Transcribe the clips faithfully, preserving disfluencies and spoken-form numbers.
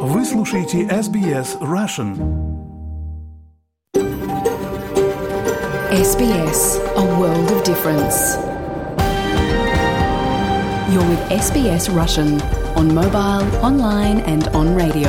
Вы слушаете эс би эс Russian. эс би эс, a world of difference. You're with эс би эс Russian on mobile, online and on radio.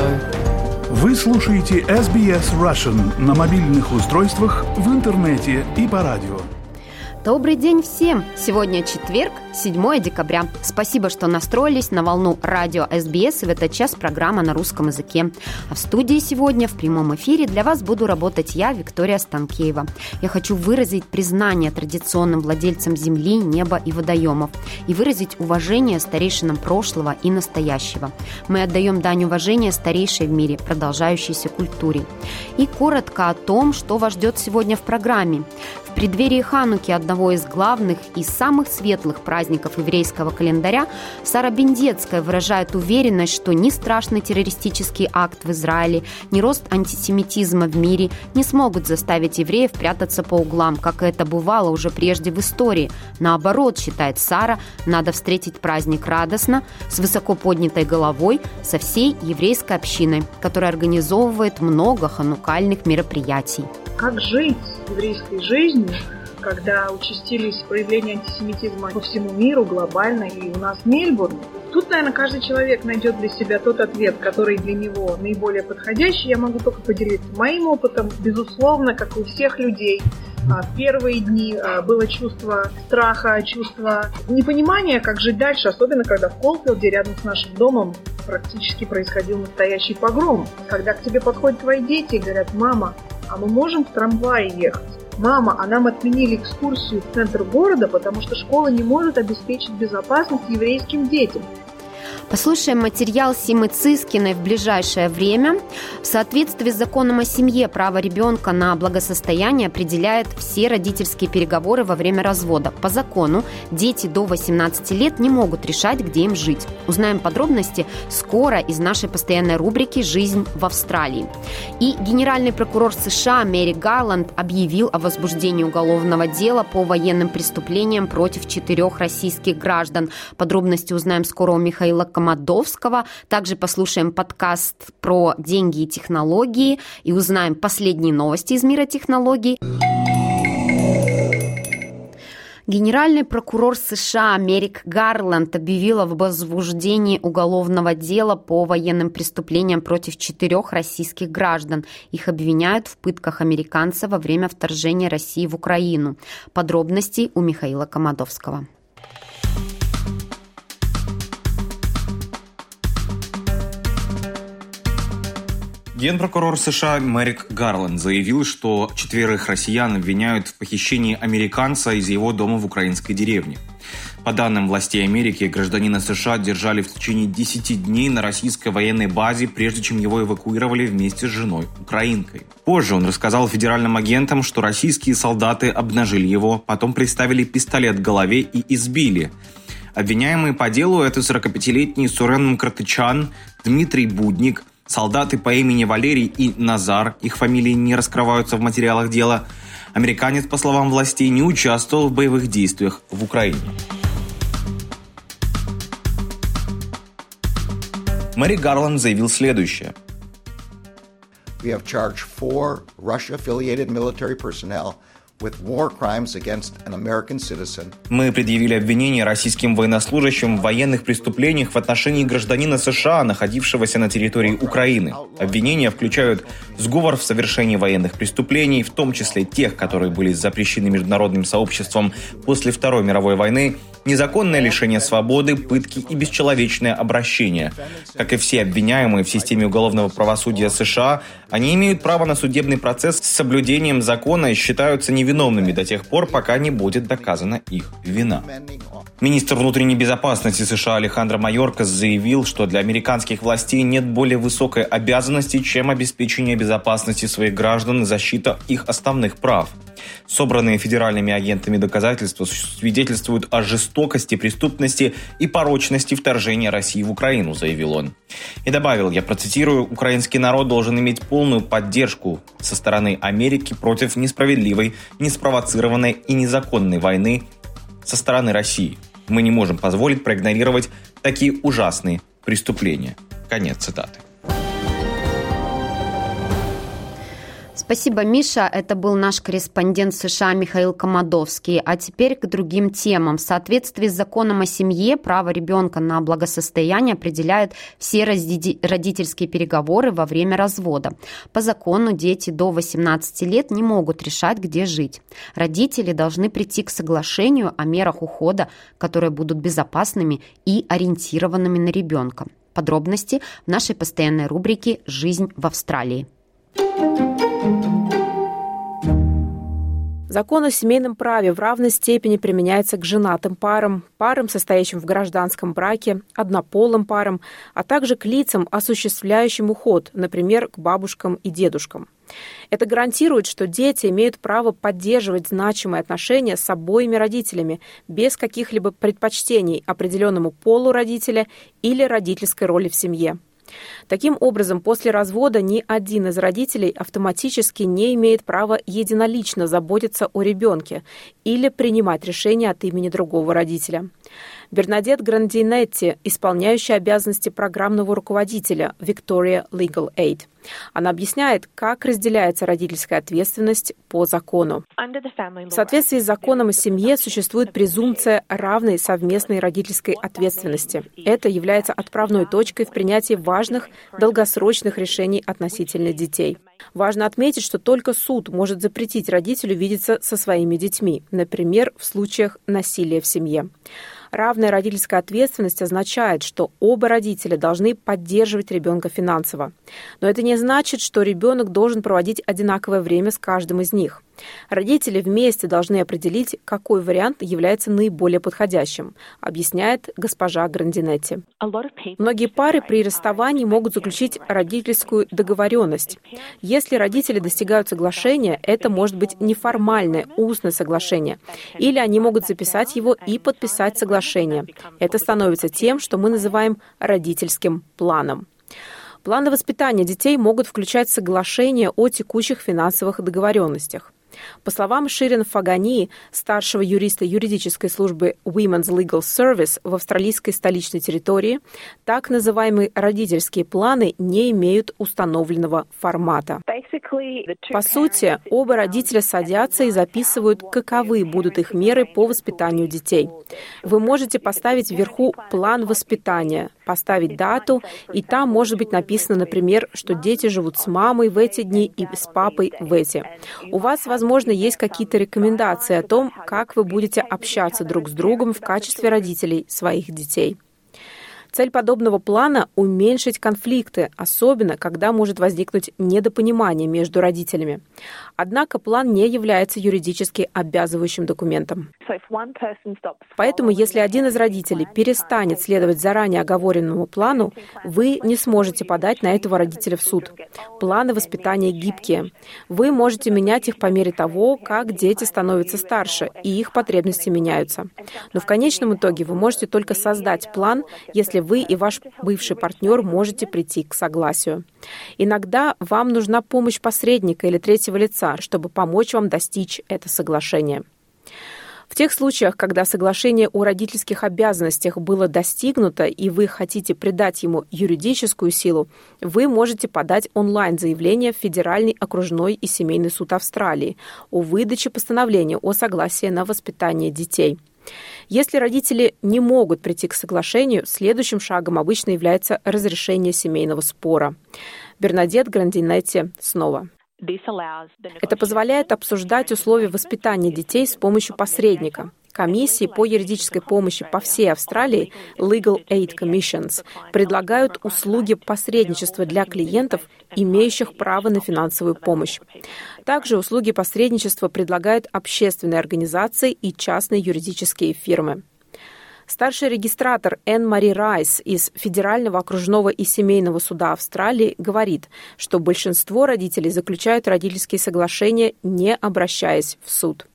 Вы слушаете эс би эс Russian на мобильных устройствах, в интернете и по радио. Добрый день всем! Сегодня четверг, седьмое декабря. Спасибо, что настроились на волну радио эс би эс, и в этот час программа на русском языке. А в студии сегодня в прямом эфире для вас буду работать я, Виктория Станкеева. Я хочу выразить признание традиционным владельцам земли, неба и водоемов и выразить уважение старейшинам прошлого и настоящего. Мы отдаем дань уважения старейшей в мире, продолжающейся культуре. И коротко о том, что вас ждет сегодня в программе. В преддверии Хануки, одного из главных и самых светлых праздников еврейского календаря, Сара Бендецкая выражает уверенность, что ни страшный террористический акт в Израиле, ни рост антисемитизма в мире не смогут заставить евреев прятаться по углам, как это бывало уже прежде в истории. Наоборот, считает Сара, надо встретить праздник радостно, с высоко поднятой головой, со всей еврейской общиной, которая организовывает много ханукальных мероприятий. Как жить еврейской жизнью, когда участились проявления антисемитизма по всему миру, глобально и у нас в Мельбурне? Тут, наверное, каждый человек найдет для себя тот ответ, который для него наиболее подходящий. Я могу только поделиться моим опытом. Безусловно, как у всех людей, в первые дни было чувство страха, чувство непонимания, как жить дальше, особенно когда в Колфилде, рядом с нашим домом, практически происходил настоящий погром. Когда к тебе подходят твои дети и говорят: «Мама, а мы можем в трамвае ехать? Мама, а нам отменили экскурсию в центр города, потому что школа не может обеспечить безопасность еврейским детям». Послушаем материал Симы Цискиной в ближайшее время. В соответствии с законом о семье право ребенка на благосостояние определяет все родительские переговоры во время развода. По закону дети до восемнадцати лет не могут решать, где им жить. Узнаем подробности скоро из нашей постоянной рубрики «Жизнь в Австралии». И генеральный прокурор США Мерик Гарланд объявил о возбуждении уголовного дела по военным преступлениям против четырех российских граждан. Подробности узнаем скоро у Михаила Комадовского. Также послушаем подкаст про деньги и технологии и узнаем последние новости из мира технологий. Генеральный прокурор США Мерик Гарланд объявил о возбуждении уголовного дела по военным преступлениям против четырех российских граждан. Их обвиняют в пытках американцев во время вторжения России в Украину. Подробности у Михаила Комадовского. Генпрокурор США Мерик Гарланд заявил, что четверых россиян обвиняют в похищении американца из его дома в украинской деревне. По данным властей Америки, гражданина США держали в течение десяти дней на российской военной базе, прежде чем его эвакуировали вместе с женой, украинкой. Позже он рассказал федеральным агентам, что российские солдаты обнажили его, потом приставили пистолет к голове и избили. Обвиняемые по делу – это сорокапятилетний Сурен Кратычан, Дмитрий Будник, солдаты по имени Валерий и Назар, их фамилии не раскрываются в материалах дела. Американец, по словам властей, не участвовал в боевых действиях в Украине. Мерик Гарланд заявил следующее. We have charged four Russia-affiliated military personnel with war crimes against an American citizen. Мы предъявили обвинение российским военнослужащим в военных преступлениях в отношении гражданина США, находившегося на территории Украины. Обвинения включают сговор в совершении военных преступлений, в том числе тех, которые были запрещены международным сообществом после Второй мировой войны, незаконное лишение свободы, пытки и бесчеловечное обращение. Как и все обвиняемые в системе уголовного правосудия США, они имеют право на судебный процесс с соблюдением закона и считаются невиновными до тех пор, пока не будет доказана их вина. Министр внутренней безопасности США Алехандро Майоркас заявил, что для американских властей нет более высокой обязанности, чем обеспечение безопасности своих граждан и защита их основных прав. Собранные федеральными агентами доказательства свидетельствуют о жестокости, преступности и порочности вторжения России в Украину, заявил он. И добавил, я процитирую, «Украинский народ должен иметь полную поддержку со стороны Америки против несправедливой, неспровоцированной и незаконной войны со стороны России. Мы не можем позволить проигнорировать такие ужасные преступления». Конец цитаты. Спасибо, Миша. Это был наш корреспондент США Михаил Комадовский. А теперь к другим темам. В соответствии с законом о семье право ребенка на благосостояние определяют все родительские переговоры во время развода. По закону дети до восемнадцати лет не могут решать, где жить. Родители должны прийти к соглашению о мерах ухода, которые будут безопасными и ориентированными на ребенка. Подробности в нашей постоянной рубрике «Жизнь в Австралии». Закон о семейном праве в равной степени применяется к женатым парам, парам, состоящим в гражданском браке, однополым парам, а также к лицам, осуществляющим уход, например, к бабушкам и дедушкам. Это гарантирует, что дети имеют право поддерживать значимые отношения с обоими родителями без каких-либо предпочтений определенному полу родителя или родительской роли в семье. Таким образом, после развода ни один из родителей автоматически не имеет права единолично заботиться о ребенке или принимать решения от имени другого родителя. Бернадет Грандинетти, исполняющая обязанности программного руководителя Victoria Legal Aid. Она объясняет, как разделяется родительская ответственность по закону. В соответствии с законом о семье существует презумпция равной совместной родительской ответственности. Это является отправной точкой в принятии важных долгосрочных решений относительно детей. Важно отметить, что только суд может запретить родителю видеться со своими детьми, например, в случаях насилия в семье. Равная родительская ответственность означает, что оба родителя должны поддерживать ребенка финансово. Но это не значит, что ребенок должен проводить одинаковое время с каждым из них. Родители вместе должны определить, какой вариант является наиболее подходящим, объясняет госпожа Грандинетти. Многие пары при расставании могут заключить родительскую договоренность. Если родители достигают соглашения, это может быть неформальное устное соглашение, или они могут записать его и подписать соглашение. Это становится тем, что мы называем родительским планом. Планы воспитания детей могут включать соглашение о текущих финансовых договоренностях. По словам Ширин Фагани, старшего юриста юридической службы Women's Legal Service в австралийской столичной территории, так называемые родительские планы не имеют установленного формата. По сути, оба родителя садятся и записывают, каковы будут их меры по воспитанию детей. Вы можете поставить вверху план воспитания, поставить дату, и там может быть написано, например, что дети живут с мамой в эти дни и с папой в эти. У вас, возможно, есть какие-то рекомендации о том, как вы будете общаться друг с другом в качестве родителей своих детей. Цель подобного плана – уменьшить конфликты, особенно когда может возникнуть недопонимание между родителями. Однако план не является юридически обязывающим документом. Поэтому, если один из родителей перестанет следовать заранее оговоренному плану, вы не сможете подать на этого родителя в суд. Планы воспитания гибкие. Вы можете менять их по мере того, как дети становятся старше, и их потребности меняются. Но в конечном итоге вы можете только создать план, если вы и ваш бывший партнер можете прийти к согласию. Иногда вам нужна помощь посредника или третьего лица, чтобы помочь вам достичь это соглашение. В тех случаях, когда соглашение о родительских обязанностях было достигнуто и вы хотите придать ему юридическую силу, вы можете подать онлайн-заявление в Федеральный окружной и семейный суд Австралии о выдаче постановления о согласии на воспитание детей. Если родители не могут прийти к соглашению, следующим шагом обычно является разрешение семейного спора. Бернадет Грандинетти снова. Это позволяет обсуждать условия воспитания детей с помощью посредника. Комиссии по юридической помощи по всей Австралии, Legal Aid Commissions, предлагают услуги посредничества для клиентов, имеющих право на финансовую помощь. Также услуги посредничества предлагают общественные организации и частные юридические фирмы. Старший регистратор Энн Мари Райс из Федерального окружного и семейного суда Австралии говорит, что большинство родителей заключают родительские соглашения, не обращаясь в суд.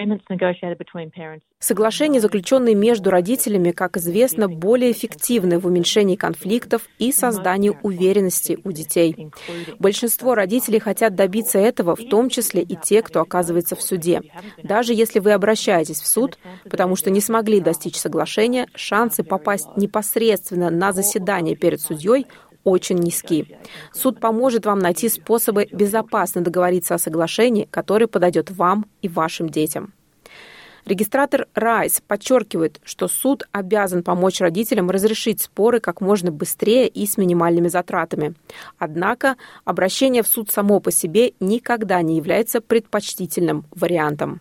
Соглашения, заключенные между родителями, как известно, более эффективны в уменьшении конфликтов и создании уверенности у детей. Большинство родителей хотят добиться этого, в том числе и те, кто оказывается в суде. Даже если вы обращаетесь в суд, потому что не смогли достичь соглашения, шансы попасть непосредственно на заседание перед судьей очень низки. Суд поможет вам найти способы безопасно договориться о соглашении, которое подойдет вам и вашим детям. Регистратор Райс подчеркивает, что суд обязан помочь родителям разрешить споры как можно быстрее и с минимальными затратами. Однако обращение в суд само по себе никогда не является предпочтительным вариантом.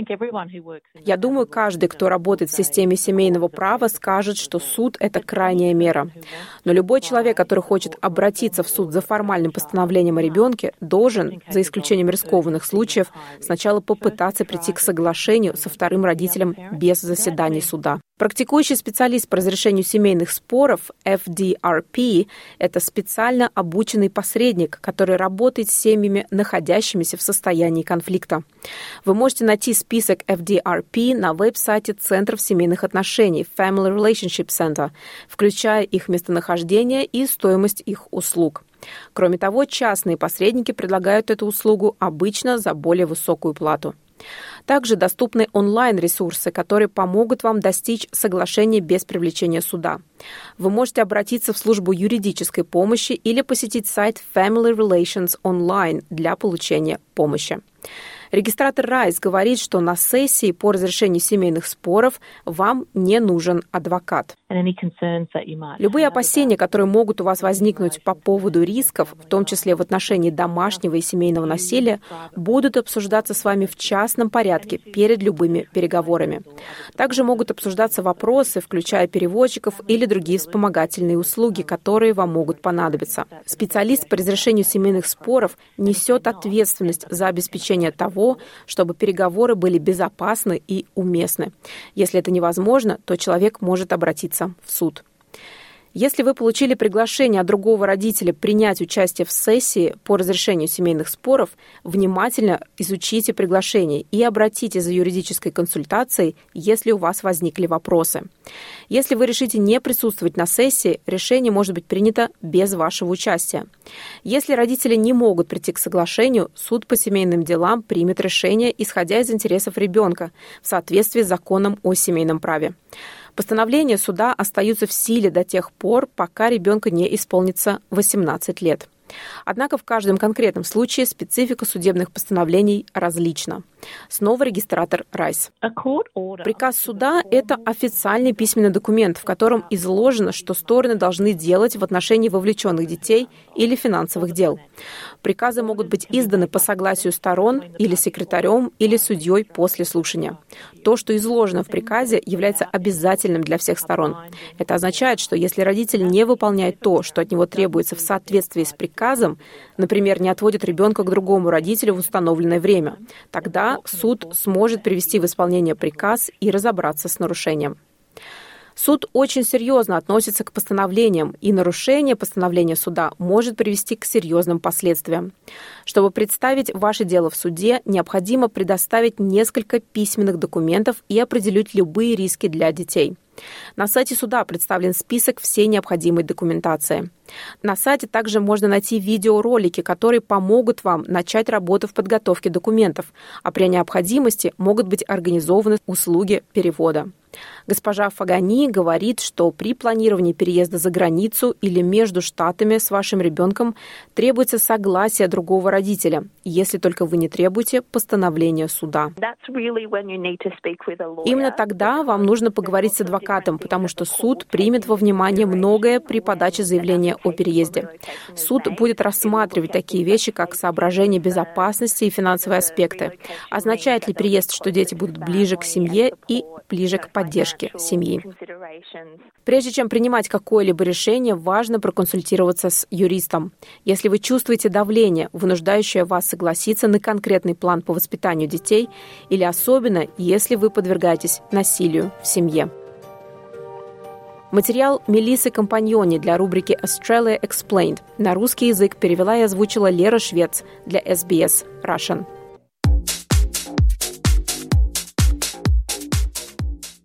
Я думаю, каждый, кто работает в системе семейного права, скажет, что суд — это крайняя мера. Но любой человек, который хочет обратиться в суд за формальным постановлением о ребенке, должен, за исключением рискованных случаев, сначала попытаться прийти к соглашению со вторым родителем без заседаний суда. Практикующий специалист по разрешению семейных споров эф ди ар пи – это специально обученный посредник, который работает с семьями, находящимися в состоянии конфликта. Вы можете найти список эф ди ар пи на веб-сайте Центров семейных отношений Family Relationship Center, включая их местонахождение и стоимость их услуг. Кроме того, частные посредники предлагают эту услугу обычно за более высокую плату. Также доступны онлайн-ресурсы, которые помогут вам достичь соглашения без привлечения суда. Вы можете обратиться в службу юридической помощи или посетить сайт Family Relations Online для получения помощи. Регистратор Райс говорит, что на сессии по разрешению семейных споров вам не нужен адвокат. Любые опасения, которые могут у вас возникнуть по поводу рисков, в том числе в отношении домашнего и семейного насилия, будут обсуждаться с вами в частном порядке перед любыми переговорами. Также могут обсуждаться вопросы, включая переводчиков или другие вспомогательные услуги, которые вам могут понадобиться. Специалист по разрешению семейных споров несет ответственность за обеспечение того, чтобы переговоры были безопасны и уместны. Если это невозможно, то человек может обратиться в суд. Если вы получили приглашение от другого родителя принять участие в сессии по разрешению семейных споров, внимательно изучите приглашение и обратитесь за юридической консультацией, если у вас возникли вопросы. Если вы решите не присутствовать на сессии, решение может быть принято без вашего участия. Если родители не могут прийти к соглашению, суд по семейным делам примет решение, исходя из интересов ребенка, в соответствии с законом о семейном праве. Постановления суда остаются в силе до тех пор, пока ребенку не исполнится восемнадцать лет. Однако в каждом конкретном случае специфика судебных постановлений различна. Снова регистратор Райс. Приказ суда – это официальный письменный документ, в котором изложено, что стороны должны делать в отношении вовлеченных детей или финансовых дел. Приказы могут быть изданы по согласию сторон или секретарем, или судьей после слушания. То, что изложено в приказе, является обязательным для всех сторон. Это означает, что если родитель не выполняет то, что от него требуется в соответствии с приказом, например, не отводит ребенка к другому родителю в установленное время, тогда суд сможет привести в исполнение приказ и разобраться с нарушением. Суд очень серьезно относится к постановлениям, и нарушение постановления суда может привести к серьезным последствиям. Чтобы представить ваше дело в суде, необходимо предоставить несколько письменных документов и определить любые риски для детей. На сайте суда представлен список всей необходимой документации. На сайте также можно найти видеоролики, которые помогут вам начать работу в подготовке документов, а при необходимости могут быть организованы услуги перевода. Госпожа Фагани говорит, что при планировании переезда за границу или между штатами с вашим ребенком требуется согласие другого родителя, если только вы не требуете постановления суда. Именно тогда вам нужно поговорить с адвокатом, потому что суд примет во внимание многое при подаче заявления о переезде. Суд будет рассматривать такие вещи, как соображения безопасности и финансовые аспекты. Означает ли переезд, что дети будут ближе к семье и ближе к поддержке семьи? Прежде чем принимать какое-либо решение, важно проконсультироваться с юристом. Если вы чувствуете давление, вынуждающее вас согласиться на конкретный план по воспитанию детей, или особенно, если вы подвергаетесь насилию в семье. Материал Мелиссы Компаньони для рубрики Australia Explained на русский язык перевела и озвучила Лера Швец для эс би эс Russian.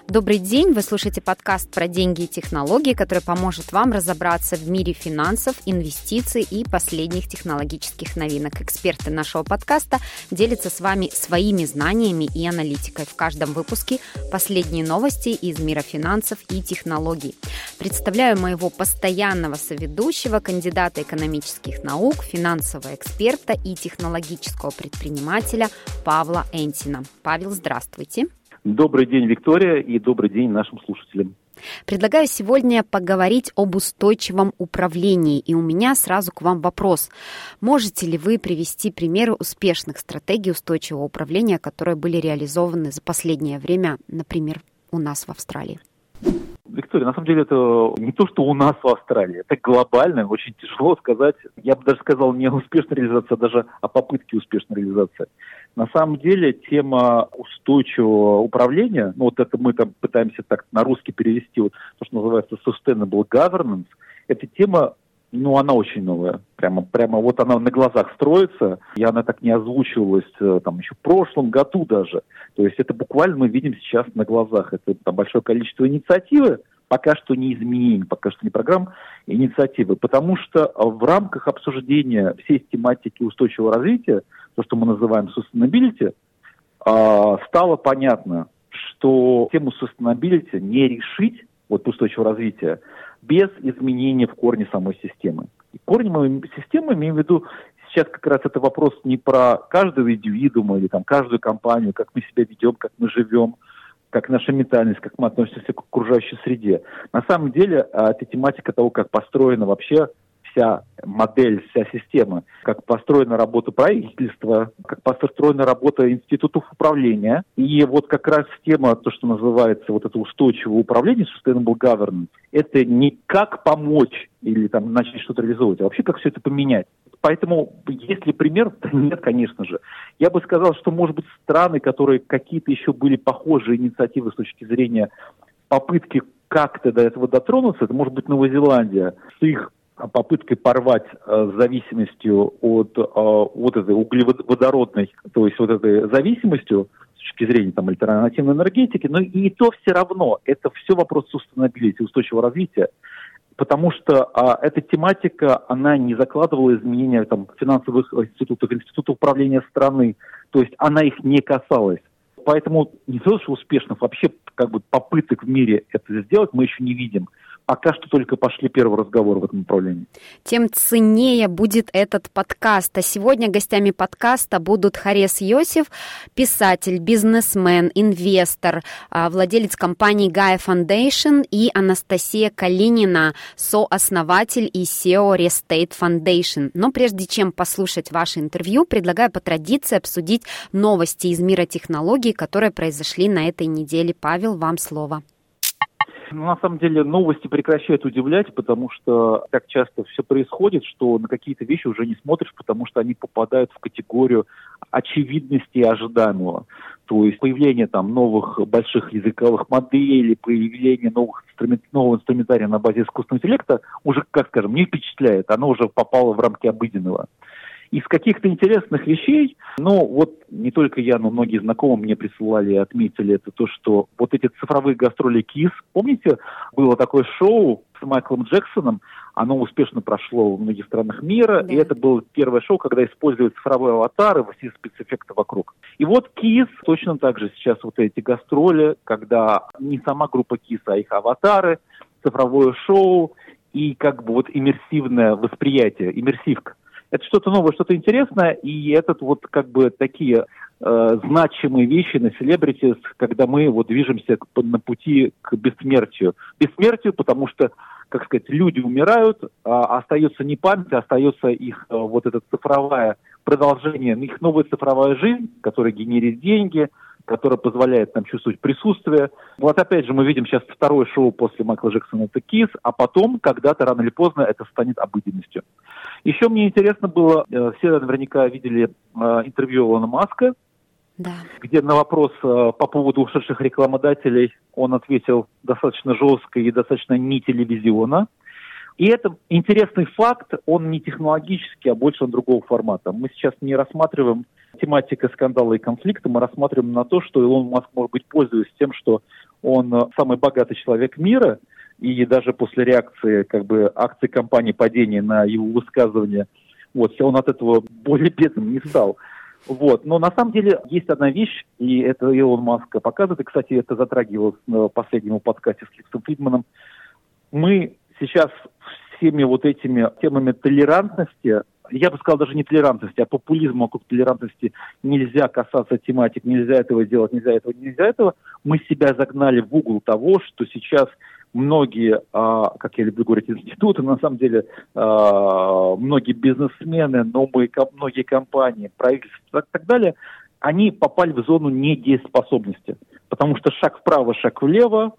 Добрый день, вы слушаете подкаст про деньги и технологии, который поможет вам разобраться в мире финансов, инвестиций и последних технологических новинок. Эксперты нашего подкаста делятся с вами своими знаниями и аналитикой. В каждом выпуске последние новости из мира финансов и технологий. Представляю моего постоянного соведущего, кандидата экономических наук, финансового эксперта и технологического предпринимателя Павла Энтина. Павел, здравствуйте. Добрый день, Виктория, и добрый день нашим слушателям. Предлагаю сегодня поговорить об устойчивом управлении. И у меня сразу к вам вопрос. Можете ли вы привести примеры успешных стратегий устойчивого управления, которые были реализованы за последнее время, например, у нас в Австралии? Виктория, на самом деле это не то, что у нас в Австралии, это глобально, очень тяжело сказать. Я бы даже сказал не успешная реализация, а даже о попытке успешной реализации. На самом деле тема устойчивого управления, ну вот это мы там пытаемся так на русский перевести, вот то, что называется sustainable governance, эта тема, ну она очень новая, прямо, прямо вот она на глазах строится, и она так не озвучивалась там еще в прошлом году даже. То есть это буквально мы видим сейчас на глазах, это там большое количество инициативы, пока что не изменений, пока что не программ, инициативы, потому что в рамках обсуждения всей тематики устойчивого развития, то, что мы называем sustainability, стало понятно, что тему sustainability не решить, вот устойчивого развития, без изменения в корне самой системы. И корнем системы, имею в виду, сейчас как раз это вопрос не про каждого индивидуума или там каждую компанию, как мы себя ведем, как мы живем, как наша ментальность, как мы относимся к окружающей среде. На самом деле, это тематика того, как построена вообще вся модель, вся система, как построена работа правительства, как построена работа институтов управления. И вот как раз тема, то, что называется вот это устойчивое управление, sustainable governance, это не как помочь или там начать что-то реализовывать, а вообще как все это поменять. Поэтому, есть ли пример? Нет, конечно же. Я бы сказал, что, может быть, страны, которые какие-то еще были похожие инициативы с точки зрения попытки как-то до этого дотронуться, это может быть Новая Зеландия с их попыткой порвать э, зависимостью от э, вот этой углеводородной, то есть вот этой зависимостью с точки зрения там альтернативной энергетики, но и то все равно, это все вопрос sustainability, устойчивого развития, потому что а, эта тематика, она не закладывала изменения там, финансовых институтов, институтов управления страны, то есть она их не касалась. Поэтому не то, что успешных вообще как бы попыток в мире это сделать мы еще не видим. Пока что только пошли первые разговоры в этом направлении. Тем ценнее будет этот подкаст. А сегодня гостями подкаста будут Харес Йосиф, писатель, бизнесмен, инвестор, владелец компании Gaia Foundation, и Анастасия Калинина, сооснователь и си и о Restate Foundation. Но прежде чем послушать ваше интервью, предлагаю по традиции обсудить новости из мира технологий, которые произошли на этой неделе. Павел, вам слово. Ну, на самом деле новости прекращают удивлять, потому что так часто все происходит, что на какие-то вещи уже не смотришь, потому что они попадают в категорию очевидности и ожидаемого. То есть появление там новых больших языковых моделей, появление новых инструмент, нового инструментария на базе искусственного интеллекта уже, как скажем, не впечатляет, оно уже попало в рамки обыденного. Из каких-то интересных вещей, ну вот не только я, но многие знакомые мне присылали и отметили это то, что вот эти цифровые гастроли Kiss, помните, было такое шоу с Майклом Джексоном, оно успешно прошло в многих странах мира, да. И это было первое шоу, когда используют цифровые аватары, все спецэффекты вокруг. И вот Kiss точно так же сейчас вот эти гастроли, когда не сама группа Kiss, а их аватары, цифровое шоу и как бы вот иммерсивное восприятие, иммерсивка. Это что-то новое, что-то интересное, и это вот как бы такие э, значимые вещи на селебритис, когда мы вот движемся к, на пути к бессмертию. Бессмертию, потому что, как сказать, люди умирают, а остается не память, а остается их э, вот это цифровое продолжение, их новая цифровая жизнь, которая генерит деньги, которая позволяет нам чувствовать присутствие. Вот опять же мы видим сейчас второе шоу после Майкла Джексона, это Kiss, а потом, когда-то, рано или поздно, это станет обыденностью. Еще мне интересно было, все наверняка видели интервью Илона Маска, да. Где на вопрос по поводу ушедших рекламодателей он ответил достаточно жестко и достаточно не телевизионно. И это интересный факт, он не технологический, а больше он другого формата. Мы сейчас не рассматриваем тематика скандала и конфликта, мы рассматриваем на то, что Илон Маск, может быть, пользуясь тем, что он самый богатый человек мира, и даже после реакции как бы акций компании падения на его высказывания, вот, он от этого более бедным не стал. Вот. Но на самом деле есть одна вещь, и это Илон Маск показывает, и, кстати, это затрагивалось в последнем подкасте с Лексом Фридманом. Мы сейчас всеми вот этими темами толерантности, я бы сказал даже не толерантности, а популизма вокруг толерантности, нельзя касаться тематик, нельзя этого делать, нельзя этого, нельзя этого, мы себя загнали в угол того, что сейчас многие, как я люблю говорить, институты, на самом деле многие бизнесмены, новые, многие компании, правительства и так далее, они попали в зону недееспособности. Потому что шаг вправо, шаг влево,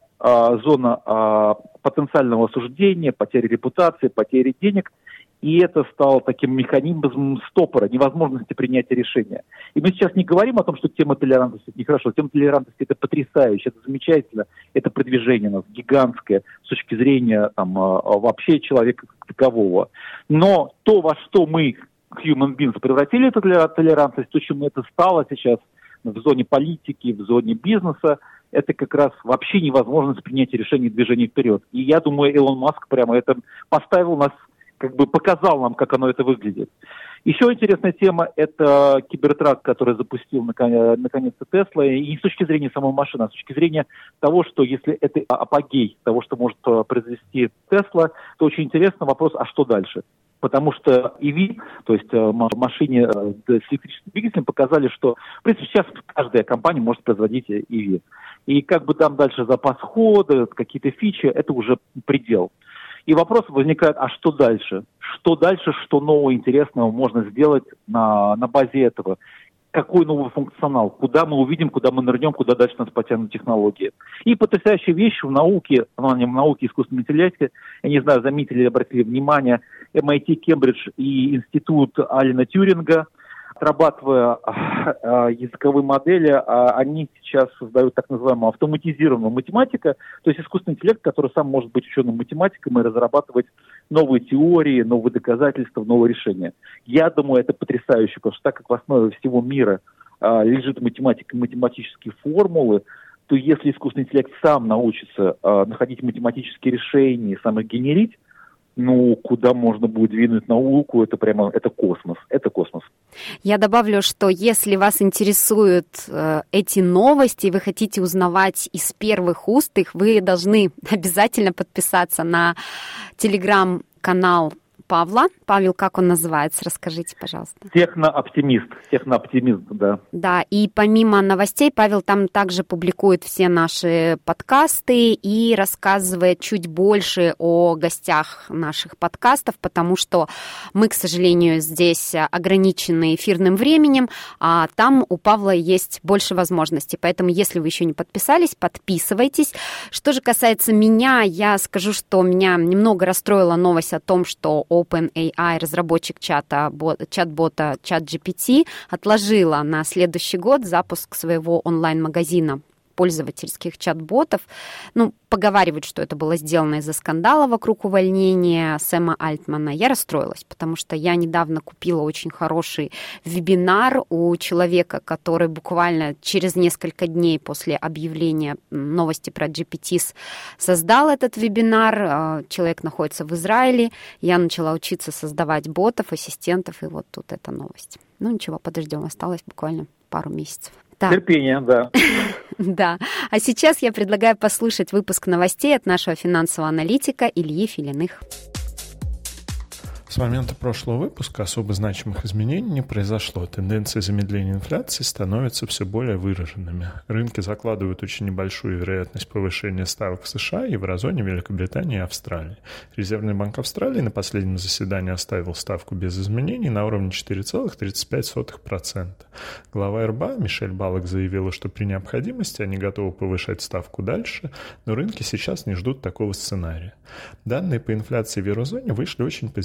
зона потенциального осуждения, потери репутации, потери денег. И это стало таким механизмом стопора, невозможности принятия решения. И мы сейчас не говорим о том, что тема толерантности – это нехорошо. Тема толерантности – это потрясающе, это замечательно, это продвижение у нас гигантское с точки зрения там, вообще человека как такового. Но то, во что мы, human beings, превратили эту толерантность, то, чем это стало сейчас в зоне политики, в зоне бизнеса, это как раз вообще невозможность принятия решений и движения вперед. И я думаю, Илон Маск прямо это поставил нас, как бы показал нам, как оно это выглядит. Еще интересная тема – это кибертрак, который запустил наконец-то Тесла. И не с точки зрения самой машины, а с точки зрения того, что если это апогей того, что может произвести Тесла, то очень интересный вопрос, а что дальше? Потому что и ви, то есть машине с электрическим двигателем, показали, что, в принципе, сейчас каждая компания может производить и ви. И как бы там дальше запас хода, какие-то фичи, это уже предел. И вопрос возникает, а что дальше? Что дальше, что нового интересного можно сделать на, на базе этого? Какой новый функционал? Куда мы увидим, куда мы нырнем, куда дальше нас потянут технологии? И потрясающая вещь в науке, ну, не в науке, искусственной интеллекте, я не знаю, заметили или обратили внимание, эм ай ти, Кембридж и институт Алана Тьюринга, отрабатывая э, языковые модели, э, они сейчас создают так называемую автоматизированную математику, то есть искусственный интеллект, который сам может быть ученым математиком и разрабатывать новые теории, новые доказательства, новые решения. Я думаю, это потрясающе, потому что так как в основе всего мира э, лежит математика и математические формулы, то если искусственный интеллект сам научится э, находить математические решения и сам их генерить, ну, куда можно будет двинуть науку, это прямо, это космос, это космос. Я добавлю, что если вас интересуют э, эти новости, вы хотите узнавать из первых уст их, вы должны обязательно подписаться на телеграм-канал Павла. Павел, как он называется? Расскажите, пожалуйста. Технооптимист. Технооптимист, да. Да, и помимо новостей, Павел там также публикует все наши подкасты и рассказывает чуть больше о гостях наших подкастов, потому что мы, к сожалению, здесь ограничены эфирным временем, а там у Павла есть больше возможностей. Поэтому, если вы еще не подписались, подписывайтесь. Что же касается меня, я скажу, что меня немного расстроила новость о том, что OpenAI, разработчик чата, чат-бота ChatGPT, отложила на следующий год запуск своего онлайн-магазина пользовательских чат-ботов. Ну, поговаривают, что это было сделано из-за скандала вокруг увольнения Сэма Альтмана. Я расстроилась, потому что я недавно купила очень хороший вебинар у человека, который буквально через несколько дней после объявления новости про джи пи ти создал этот вебинар. Человек находится в Израиле. Я начала учиться создавать ботов, ассистентов, и вот тут эта новость. Ну ничего, подождем, осталось буквально пару месяцев. Так. Терпение, да. Да. А сейчас я предлагаю послушать выпуск новостей от нашего финансового аналитика Ильи Филиных. С момента прошлого выпуска особо значимых изменений не произошло. Тенденции замедления инфляции становятся все более выраженными. Рынки закладывают очень небольшую вероятность повышения ставок в США, еврозоне, Великобритании и Австралии. Резервный банк Австралии на последнем заседании оставил ставку без изменений на уровне четыре целых тридцать пять сотых процента. Глава эр бэ а Мишель Баллок заявила, что при необходимости они готовы повышать ставку дальше, но рынки сейчас не ждут такого сценария. Данные по инфляции в еврозоне вышли очень позитивными.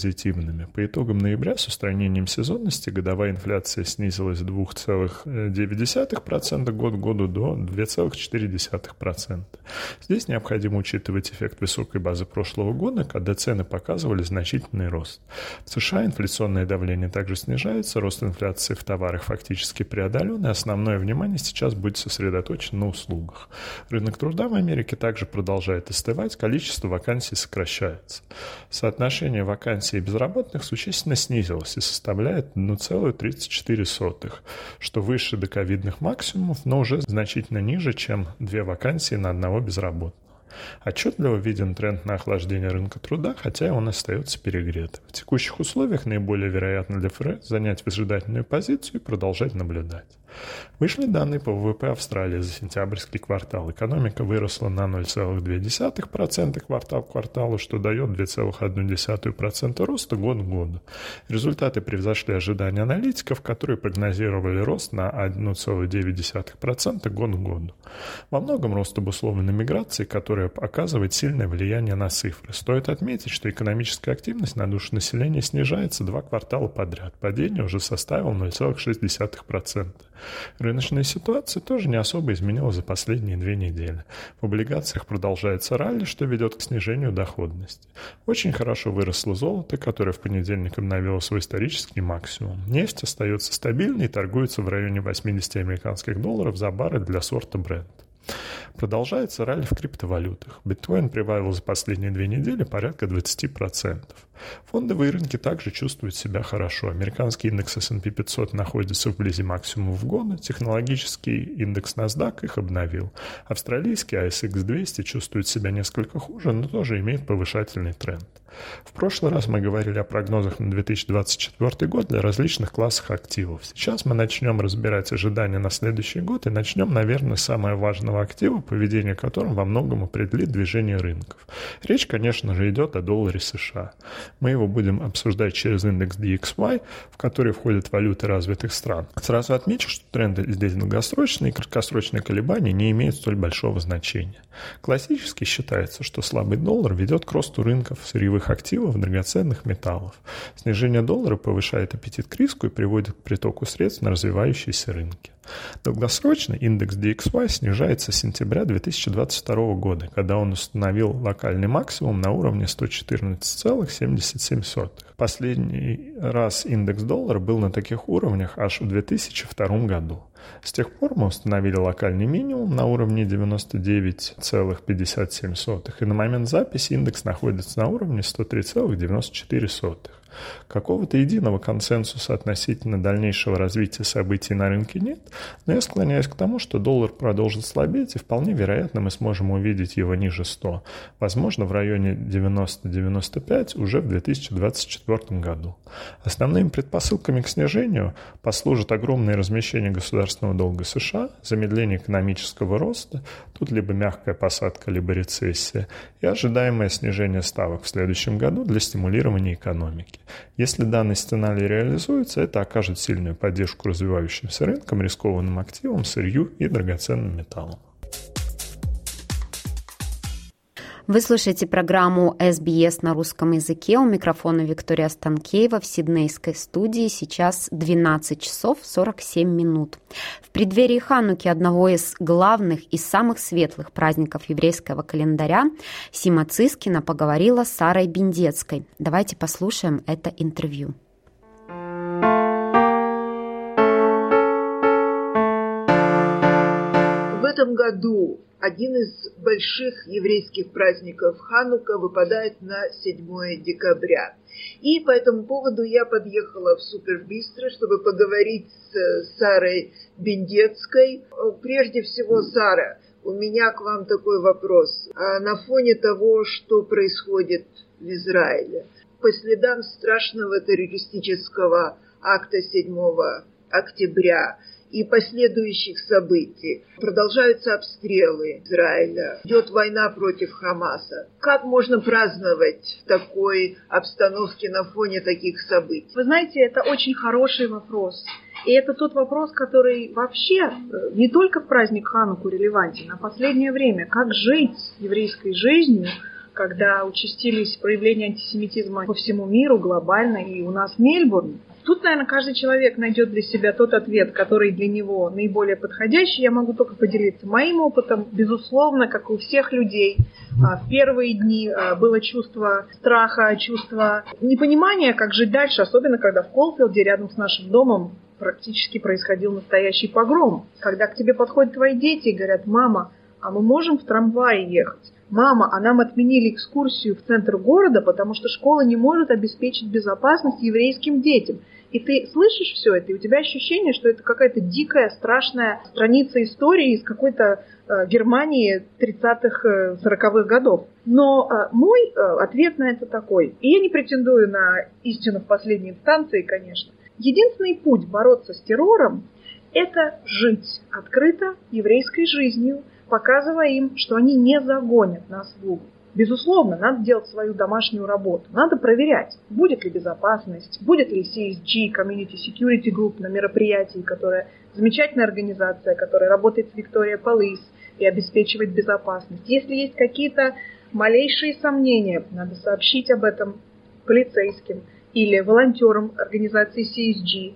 позитивными. По итогам ноября с устранением сезонности годовая инфляция снизилась с два целых девять десятых процента год к году до два целых четыре десятых процента. Здесь необходимо учитывать эффект высокой базы прошлого года, когда цены показывали значительный рост. В США инфляционное давление также снижается, рост инфляции в товарах фактически преодолен, и основное внимание сейчас будет сосредоточено на услугах. Рынок труда в Америке также продолжает остывать, количество вакансий сокращается. Соотношение вакансий и безработных существенно снизилось и составляет одна целая тридцать четыре сотых, что выше доковидных максимумов, но уже значительно ниже, чем две вакансии на одного безработного. Отчетливо виден тренд на охлаждение рынка труда, хотя и он остается перегретым. В текущих условиях наиболее вероятно для ФРС занять выжидательную позицию и продолжать наблюдать. Вышли данные по ВВП Австралии за сентябрьский квартал. Экономика выросла на ноль целых две десятых процента квартал к кварталу, что дает два целых одна десятая процента роста год к году. Результаты превзошли ожидания аналитиков, которые прогнозировали рост на одна целая девять десятых процента год к году. Во многом рост обусловлен миграцией, которая оказывает сильное влияние на цифры. Стоит отметить, что экономическая активность на душу населения снижается два квартала подряд. Падение уже составило ноль целых шесть десятых процента. Рыночная ситуация тоже не особо изменилась за последние две недели. В облигациях продолжается ралли, что ведет к снижению доходности. Очень хорошо выросло золото, которое в понедельник обновило свой исторический максимум. Нефть остается стабильной и торгуется в районе восемьдесят американских долларов за баррель для сорта Brent. Продолжается ралли в криптовалютах. Биткоин прибавил за последние две недели порядка двадцать процентов. Фондовые рынки также чувствуют себя хорошо. Американский индекс эс энд пи пятьсот находится вблизи максимумов года, технологический индекс NASDAQ их обновил. Австралийский эй эс икс двести чувствует себя несколько хуже, но тоже имеет повышательный тренд. В прошлый раз мы говорили о прогнозах на две тысячи двадцать четвёртый год для различных классов активов. Сейчас мы начнем разбирать ожидания на следующий год и начнем, наверное, с самого важного актива, поведение которого во многом определит движение рынков. Речь, конечно же, идет о долларе США. Мы его будем обсуждать через индекс ди экс уай, в который входят валюты развитых стран. Сразу отмечу, что тренды здесь долгосрочные и краткосрочные колебания не имеют столь большого значения. Классически считается, что слабый доллар ведет к росту рынков сырьевых активов, драгоценных металлов. Снижение доллара повышает аппетит к риску и приводит к притоку средств на развивающиеся рынки. Долгосрочно индекс ди экс уай снижается с сентября две тысячи двадцать второго года, когда он установил локальный максимум на уровне сто четырнадцать целых семьдесят семь сотых. Последний раз индекс доллара был на таких уровнях аж в две тысячи втором году. С тех пор мы установили локальный минимум на уровне девяносто девять целых пятьдесят семь сотых, и на момент записи индекс находится на уровне сто три целых девяносто четыре сотых. Какого-то единого консенсуса относительно дальнейшего развития событий на рынке нет, но я склоняюсь к тому, что доллар продолжит слабеть, и вполне вероятно мы сможем увидеть его ниже ста, возможно в районе девяносто - девяносто пять уже в две тысячи двадцать четвёртом году. Основными предпосылками к снижению послужат огромное размещение государственного долга США, замедление экономического роста, тут либо мягкая посадка, либо рецессия, и ожидаемое снижение ставок в следующем году для стимулирования экономики. Если данный сценарий реализуется, это окажет сильную поддержку развивающимся рынкам, рискованным активам, сырью и драгоценным металлам. Вы слушаете программу эс би эс на русском языке. У микрофона Виктория Станкеева в сиднейской студии. Сейчас двенадцать часов сорок семь минут. В преддверии Хануки, одного из главных и самых светлых праздников еврейского календаря, Сима Цискина поговорила с Сарой Бендецкой. Давайте послушаем это интервью. В этом году один из больших еврейских праздников Ханука выпадает на седьмое декабря. И по этому поводу я подъехала в Супербистро, чтобы поговорить с Сарой Бендецкой. Прежде всего, Сара, у меня к вам такой вопрос. На фоне того, что происходит в Израиле, по следам страшного террористического акта седьмого октября и последующих событий, продолжаются обстрелы Израиля, идет война против Хамаса. Как можно праздновать в такой обстановке на фоне таких событий? Вы знаете, это очень хороший вопрос. И это тот вопрос, который вообще не только в праздник Хануку релевантен, а в последнее время. Как жить еврейской жизнью когда участились проявления антисемитизма по всему миру, глобально, и у нас в Мельбурне. Тут, наверное, каждый человек найдет для себя тот ответ, который для него наиболее подходящий. Я могу только поделиться моим опытом. Безусловно, как у всех людей, в первые дни было чувство страха, чувство непонимания, как жить дальше, особенно когда в Колфилде, рядом с нашим домом, практически происходил настоящий погром. Когда к тебе подходят твои дети и говорят: «Мама, а мы можем в трамвае ехать? Мама, а нам отменили экскурсию в центр города, потому что школа не может обеспечить безопасность еврейским детям». И ты слышишь все это, и у тебя ощущение, что это какая-то дикая, страшная страница истории из какой-то э, Германии тридцатых, сороковых годов. Но э, мой э, ответ на это такой. И я не претендую на истину в последней инстанции, конечно. Единственный путь бороться с террором – это жить открыто еврейской жизнью, показывая им, что они не загонят нас в угол. Безусловно, надо делать свою домашнюю работу. Надо проверять, будет ли безопасность, будет ли си эс джи, Community Security Group, на мероприятии, которая замечательная организация, которая работает с Victoria Police и обеспечивает безопасность. Если есть какие-то малейшие сомнения, надо сообщить об этом полицейским или волонтерам организации си эс джи.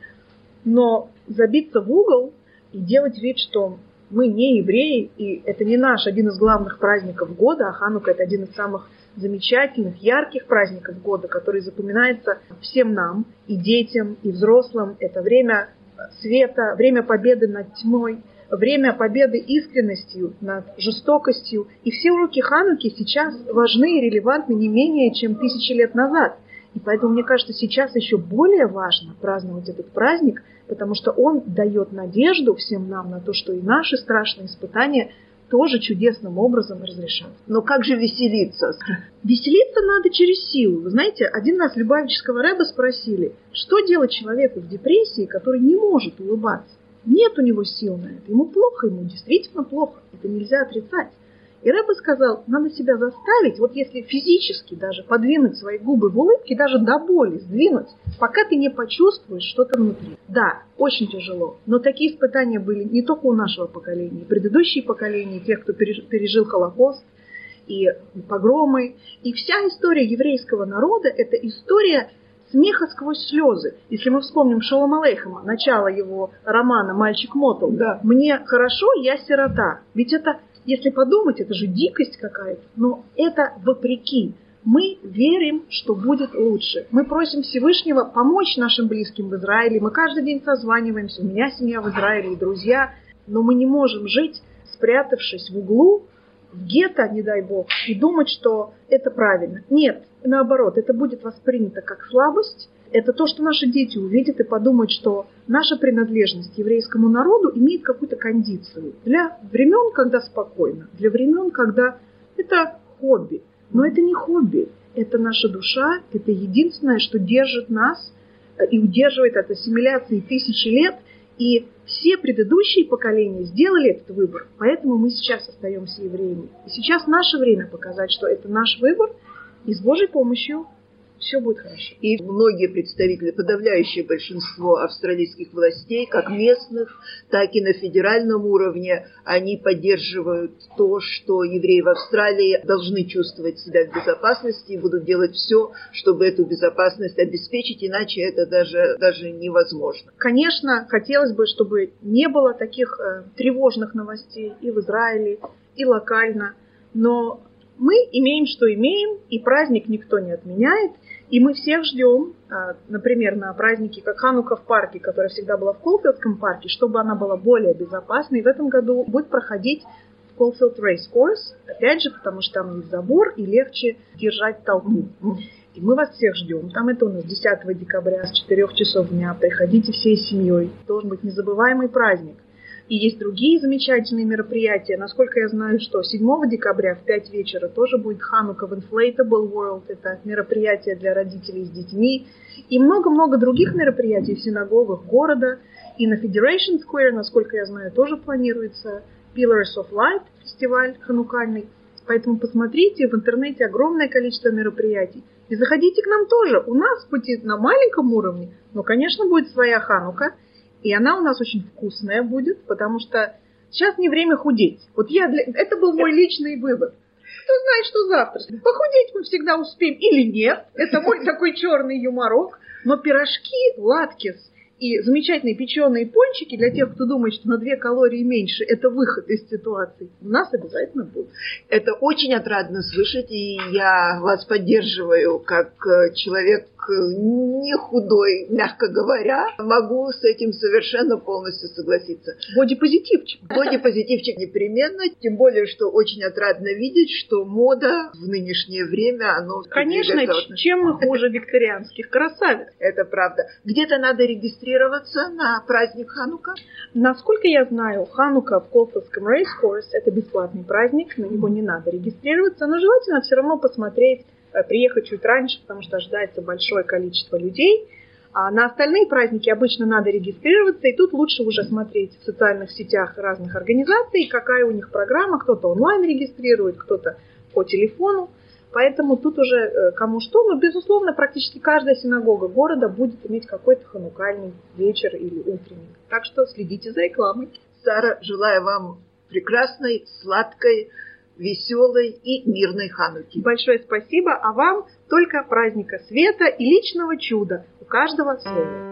Но забиться в угол и делать вид, что мы не евреи, и это не наш один из главных праздников года, а Ханука – это один из самых замечательных, ярких праздников года, который запоминается всем нам, и детям, и взрослым. Это время света, время победы над тьмой, время победы искренностью над жестокостью. И все уроки Хануки сейчас важны и релевантны не менее, чем тысячи лет назад. И поэтому, мне кажется, сейчас еще более важно праздновать этот праздник, потому что он дает надежду всем нам на то, что и наши страшные испытания тоже чудесным образом разрешат. Но как же веселиться? Веселиться надо через силу. Вы знаете, один раз Любавического рэба спросили, что делать человеку в депрессии, который не может улыбаться. Нет у него сил на это. Ему плохо, ему действительно плохо. Это нельзя отрицать. И рэбе сказал, надо себя заставить, вот если физически даже подвинуть свои губы в улыбке, даже до боли сдвинуть, пока ты не почувствуешь что-то внутри. Да, очень тяжело, но такие испытания были не только у нашего поколения, и предыдущие поколения, тех, кто пережил Холокост, и погромы. И вся история еврейского народа – это история смеха сквозь слезы. Если мы вспомним Шолом Алейхема, начало его романа «Мальчик Мотл», да. «Мне хорошо, я сирота». Ведь это... Если подумать, это же дикость какая-то, но это вопреки. Мы верим, что будет лучше. Мы просим Всевышнего помочь нашим близким в Израиле. Мы каждый день созваниваемся, у меня семья в Израиле и друзья. Но мы не можем жить, спрятавшись в углу, в гетто, не дай бог, и думать, что это правильно. Нет, наоборот, это будет воспринято как слабость. Это то, что наши дети увидят и подумают, что наша принадлежность еврейскому народу имеет какую-то кондицию для времен, когда спокойно, для времен, когда это хобби. Но это не хобби, это наша душа, это единственное, что держит нас и удерживает от ассимиляции тысячи лет. И все предыдущие поколения сделали этот выбор, поэтому мы сейчас остаемся евреями. И сейчас наше время показать, что это наш выбор, и с Божьей помощью все будет хорошо. И многие представители, подавляющее большинство австралийских властей, как местных, так и на федеральном уровне, они поддерживают то, что евреи в Австралии должны чувствовать себя в безопасности и будут делать все, чтобы эту безопасность обеспечить, иначе это даже, даже невозможно. Конечно, хотелось бы, чтобы не было таких э, тревожных новостей и в Израиле, и локально, но мы имеем, что имеем, и праздник никто не отменяет. И мы всех ждем, например, на праздники, как Ханука в парке, которая всегда была в Колфилдском парке, чтобы она была более безопасной. И в этом году будет проходить в Колфилд Race Course, опять же, потому что там есть забор и легче держать толпу. И мы вас всех ждем. Там это у нас десятого декабря с четырёх часов дня. Приходите всей семьей. Должен быть незабываемый праздник. И есть другие замечательные мероприятия. Насколько я знаю, что седьмого декабря в пять вечера тоже будет Ханука в Inflatable World. Это мероприятие для родителей с детьми. И много-много других мероприятий в синагогах города. И на Federation Square, насколько я знаю, тоже планируется Pillars of Light, фестиваль ханукальный. Поэтому посмотрите, в интернете огромное количество мероприятий. И заходите к нам тоже. У нас хоть и на маленьком уровне, но, конечно, будет своя Ханука. И она у нас очень вкусная будет, потому что сейчас не время худеть. Вот я для... Это был мой личный вывод. Кто знает, что завтра. Похудеть мы всегда успеем или нет. Это мой такой черный юморок. Но пирожки, латкис и замечательные печеные пончики для тех, кто думает, что на две калории меньше, это выход из ситуации, у нас обязательно будут. Это очень отрадно слышать, и я вас поддерживаю как человек не худой, мягко говоря. Могу с этим совершенно полностью согласиться. Бодипозитивчик. Бодипозитивчик непременно, тем более, что очень отрадно видеть, что мода в нынешнее время, оно... Конечно, чем мы хуже викторианских красавиц. Это правда. Где-то надо регистрироваться на праздник Ханука? Насколько я знаю, Ханука в Колфилдском рейс-корс – это бесплатный праздник, на него не надо регистрироваться, но желательно все равно посмотреть, приехать чуть раньше, потому что ожидается большое количество людей. А на остальные праздники обычно надо регистрироваться, и тут лучше уже смотреть в социальных сетях разных организаций, какая у них программа. Кто-то онлайн регистрирует, кто-то по телефону. Поэтому тут уже кому что, но, безусловно, практически каждая синагога города будет иметь какой-то ханукальный вечер или утренник. Так что следите за рекламой. Сара, желаю вам прекрасной, сладкой, веселой и мирной Хануки. Большое спасибо, а вам только праздника света и личного чуда. У каждого свое.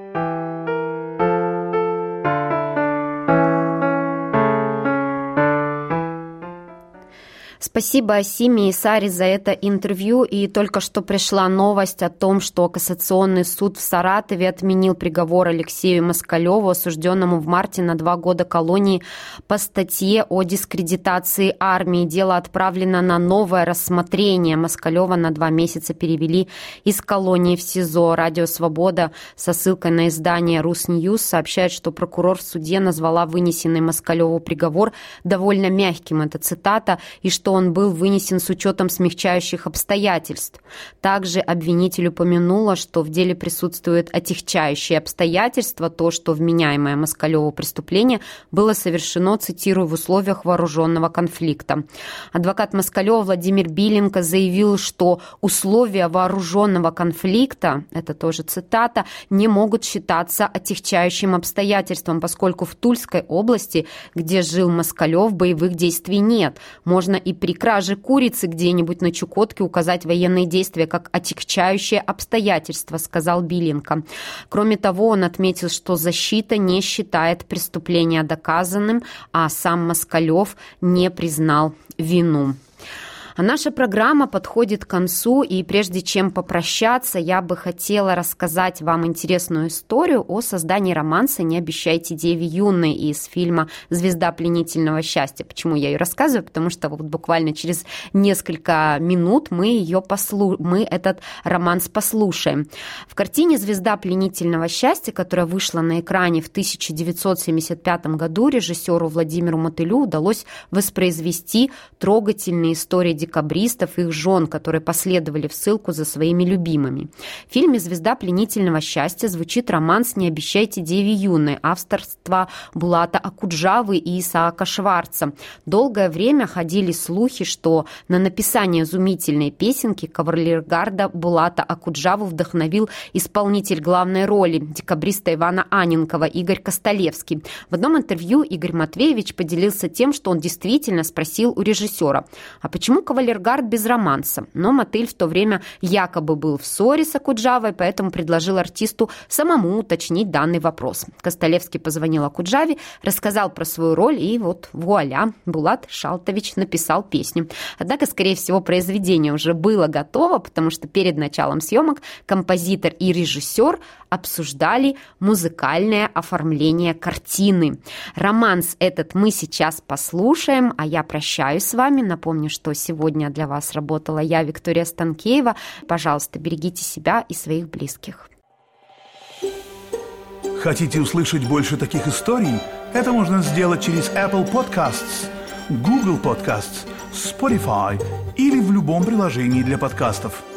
Спасибо Симе и Саре за это интервью. И только что пришла новость о том, что Кассационный суд в Саратове отменил приговор Алексею Москалеву, осужденному в марте на два года колонии по статье о дискредитации армии. Дело отправлено на новое рассмотрение. Москалева на два месяца перевели из колонии в СИЗО. Радио «Свобода» со ссылкой на издание «Русньюз» сообщает, что прокурор в суде назвала вынесенный Москалеву приговор довольно мягким. Это цитата. И что он был вынесен с учетом смягчающих обстоятельств. Также обвинитель упомянула, что в деле присутствуют отягчающие обстоятельства, то, что вменяемое Москалеву преступление было совершено, цитирую, в условиях вооруженного конфликта. Адвокат Москалева Владимир Биленко заявил, что условия вооруженного конфликта, это тоже цитата, не могут считаться отягчающим обстоятельством, поскольку в Тульской области, где жил Москалев, боевых действий нет. Можно и при краже курицы где-нибудь на Чукотке указать военные действия как отягчающее обстоятельство, сказал Биленко. Кроме того, он отметил, что защита не считает преступление доказанным, а сам Москалев не признал вину. А наша программа подходит к концу, и прежде чем попрощаться, я бы хотела рассказать вам интересную историю о создании романса «Не обещайте деве юной» из фильма «Звезда пленительного счастья». Почему я ее рассказываю? Потому что вот буквально через несколько минут мы, ее послу... мы этот романс послушаем. В картине «Звезда пленительного счастья», которая вышла на экране в тысяча девятьсот семьдесят пятом году, режиссеру Владимиру Мотылю удалось воспроизвести трогательные истории декабристов и их жен, которые последовали в ссылку за своими любимыми. В фильме «Звезда пленительного счастья» звучит романс «Не обещайте деве юной» авторства Булата Акуджавы и Исаака Шварца. Долгое время ходили слухи, что на написание изумительной песенки кавалергарда Булата Акуджаву вдохновил исполнитель главной роли декабриста Ивана Анненкова Игорь Костолевский. В одном интервью Игорь Матвеевич поделился тем, что он действительно спросил у режиссера: а почему кавалергард без романса? Но Мотыль в то время якобы был в ссоре с Акуджавой, поэтому предложил артисту самому уточнить данный вопрос. Костолевский позвонил Акуджаве, рассказал про свою роль, и вот вуаля, Булат Шалтович написал песню. Однако, скорее всего, произведение уже было готово, потому что перед началом съемок композитор и режиссер обсуждали музыкальное оформление картины. Романс этот мы сейчас послушаем, а я прощаюсь с вами. Напомню, что сегодня для вас работала я, Виктория Станкеева. Пожалуйста, берегите себя и своих близких. Хотите услышать больше таких историй? Это можно сделать через Apple Podcasts, Google Podcasts, Spotify или в любом приложении для подкастов.